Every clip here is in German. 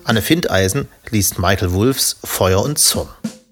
Anne Findeisen liest Michael Wolffs Feuer und Zorn.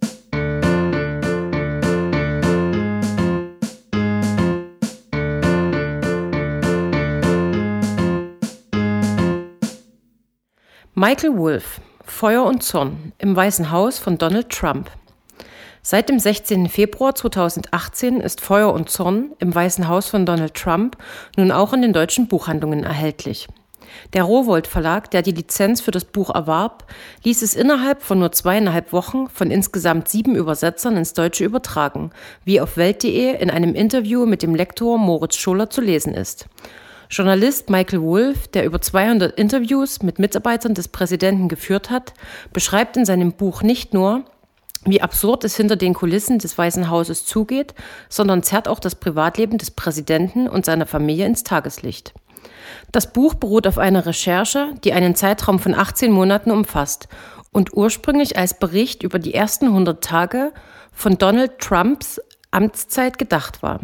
Michael Wolff, Feuer und Zorn im Weißen Haus von Donald Trump. Seit dem 16. Februar 2018 ist Feuer und Zorn im Weißen Haus von Donald Trump nun auch in den deutschen Buchhandlungen erhältlich. Der Rowohlt Verlag, der die Lizenz für das Buch erwarb, ließ es innerhalb von nur 2,5 Wochen von insgesamt 7 Übersetzern ins Deutsche übertragen, wie auf Welt.de in einem Interview mit dem Lektor Moritz Scholer zu lesen ist. Journalist Michael Wolff, der über 200 Interviews mit Mitarbeitern des Präsidenten geführt hat, beschreibt in seinem Buch nicht nur, wie absurd es hinter den Kulissen des Weißen Hauses zugeht, sondern zerrt auch das Privatleben des Präsidenten und seiner Familie ins Tageslicht. Das Buch beruht auf einer Recherche, die einen Zeitraum von 18 Monaten umfasst und ursprünglich als Bericht über die ersten 100 Tage von Donald Trumps Amtszeit gedacht war.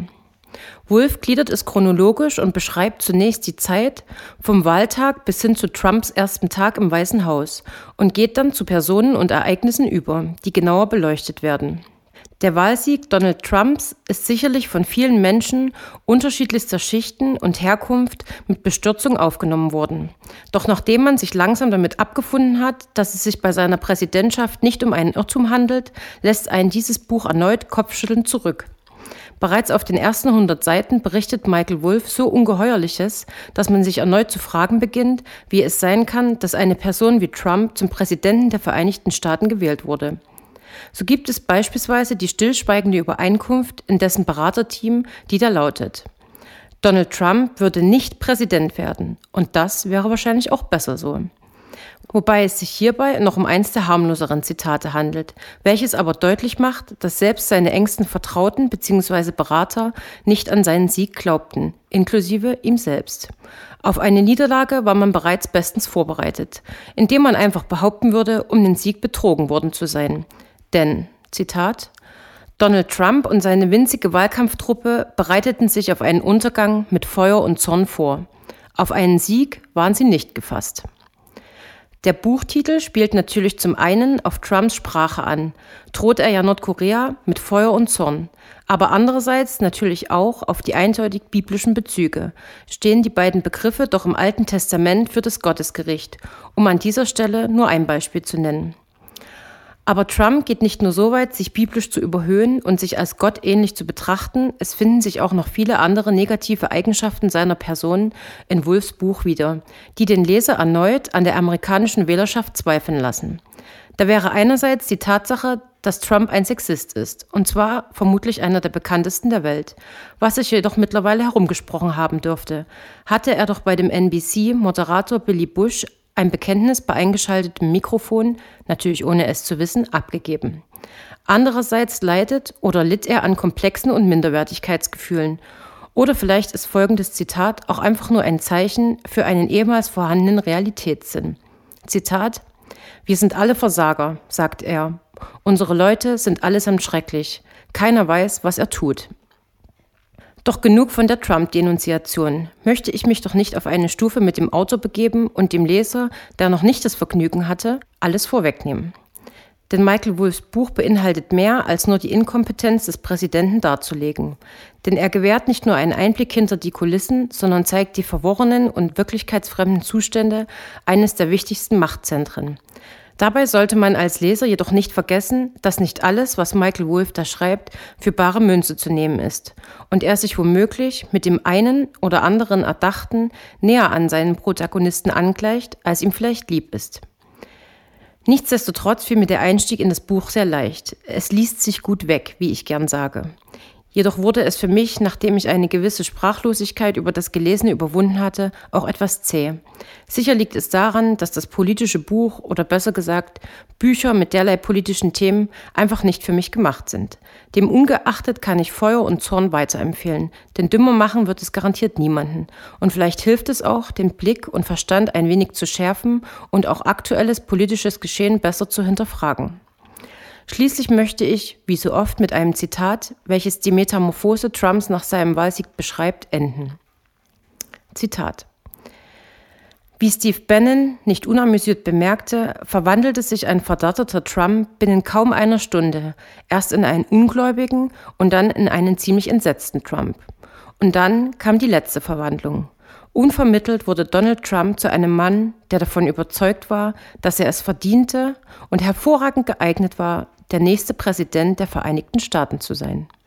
Wolff gliedert es chronologisch und beschreibt zunächst die Zeit vom Wahltag bis hin zu Trumps ersten Tag im Weißen Haus und geht dann zu Personen und Ereignissen über, die genauer beleuchtet werden. Der Wahlsieg Donald Trumps ist sicherlich von vielen Menschen unterschiedlichster Schichten und Herkunft mit Bestürzung aufgenommen worden. Doch nachdem man sich langsam damit abgefunden hat, dass es sich bei seiner Präsidentschaft nicht um einen Irrtum handelt, lässt einen dieses Buch erneut kopfschüttelnd zurück. Bereits auf den ersten 100 Seiten berichtet Michael Wolff so Ungeheuerliches, dass man sich erneut zu fragen beginnt, wie es sein kann, dass eine Person wie Trump zum Präsidenten der Vereinigten Staaten gewählt wurde. So gibt es beispielsweise die stillschweigende Übereinkunft in dessen Beraterteam, die da lautet: Donald Trump würde nicht Präsident werden, und das wäre wahrscheinlich auch besser so. Wobei es sich hierbei noch um eins der harmloseren Zitate handelt, welches aber deutlich macht, dass selbst seine engsten Vertrauten bzw. Berater nicht an seinen Sieg glaubten, inklusive ihm selbst. Auf eine Niederlage war man bereits bestens vorbereitet, indem man einfach behaupten würde, um den Sieg betrogen worden zu sein. Denn, Zitat, Donald Trump und seine winzige Wahlkampftruppe bereiteten sich auf einen Untergang mit Feuer und Zorn vor. Auf einen Sieg waren sie nicht gefasst. Der Buchtitel spielt natürlich zum einen auf Trumps Sprache an, droht er ja Nordkorea mit Feuer und Zorn, aber andererseits natürlich auch auf die eindeutig biblischen Bezüge, stehen die beiden Begriffe doch im Alten Testament für das Gottesgericht, um an dieser Stelle nur ein Beispiel zu nennen. Aber Trump geht nicht nur so weit, sich biblisch zu überhöhen und sich als Gott ähnlich zu betrachten, es finden sich auch noch viele andere negative Eigenschaften seiner Person in Wolffs Buch wieder, die den Leser erneut an der amerikanischen Wählerschaft zweifeln lassen. Da wäre einerseits die Tatsache, dass Trump ein Sexist ist, und zwar vermutlich einer der bekanntesten der Welt, was sich jedoch mittlerweile herumgesprochen haben dürfte, hatte er doch bei dem NBC-Moderator Billy Bush ein Bekenntnis bei eingeschaltetem Mikrofon, natürlich ohne es zu wissen, abgegeben. Andererseits leidet oder litt er an Komplexen und Minderwertigkeitsgefühlen. Oder vielleicht ist folgendes Zitat auch einfach nur ein Zeichen für einen ehemals vorhandenen Realitätssinn. Zitat: Wir sind alle Versager, sagt er. Unsere Leute sind allesamt schrecklich. Keiner weiß, was er tut. Doch genug von der Trump-Denunziation. Möchte ich mich doch nicht auf eine Stufe mit dem Autor begeben und dem Leser, der noch nicht das Vergnügen hatte, alles vorwegnehmen. Denn Michael Wolffs Buch beinhaltet mehr, als nur die Inkompetenz des Präsidenten darzulegen. Denn er gewährt nicht nur einen Einblick hinter die Kulissen, sondern zeigt die verworrenen und wirklichkeitsfremden Zustände eines der wichtigsten Machtzentren. Dabei sollte man als Leser jedoch nicht vergessen, dass nicht alles, was Michael Wolff da schreibt, für bare Münze zu nehmen ist und er sich womöglich mit dem einen oder anderen Erdachten näher an seinen Protagonisten angleicht, als ihm vielleicht lieb ist. Nichtsdestotrotz fiel mir der Einstieg in das Buch sehr leicht. Es liest sich gut weg, wie ich gern sage. Jedoch wurde es für mich, nachdem ich eine gewisse Sprachlosigkeit über das Gelesene überwunden hatte, auch etwas zäh. Sicher liegt es daran, dass das politische Buch oder besser gesagt Bücher mit derlei politischen Themen einfach nicht für mich gemacht sind. Dem ungeachtet kann ich Feuer und Zorn weiterempfehlen, denn dümmer machen wird es garantiert niemanden. Und vielleicht hilft es auch, den Blick und Verstand ein wenig zu schärfen und auch aktuelles politisches Geschehen besser zu hinterfragen. Schließlich möchte ich, wie so oft, mit einem Zitat, welches die Metamorphose Trumps nach seinem Wahlsieg beschreibt, enden. Zitat: Wie Steve Bannon nicht unamüsiert bemerkte, verwandelte sich ein verdatterter Trump binnen kaum einer Stunde erst in einen ungläubigen und dann in einen ziemlich entsetzten Trump. Und dann kam die letzte Verwandlung. Unvermittelt wurde Donald Trump zu einem Mann, der davon überzeugt war, dass er es verdiente und hervorragend geeignet war, der nächste Präsident der Vereinigten Staaten zu sein.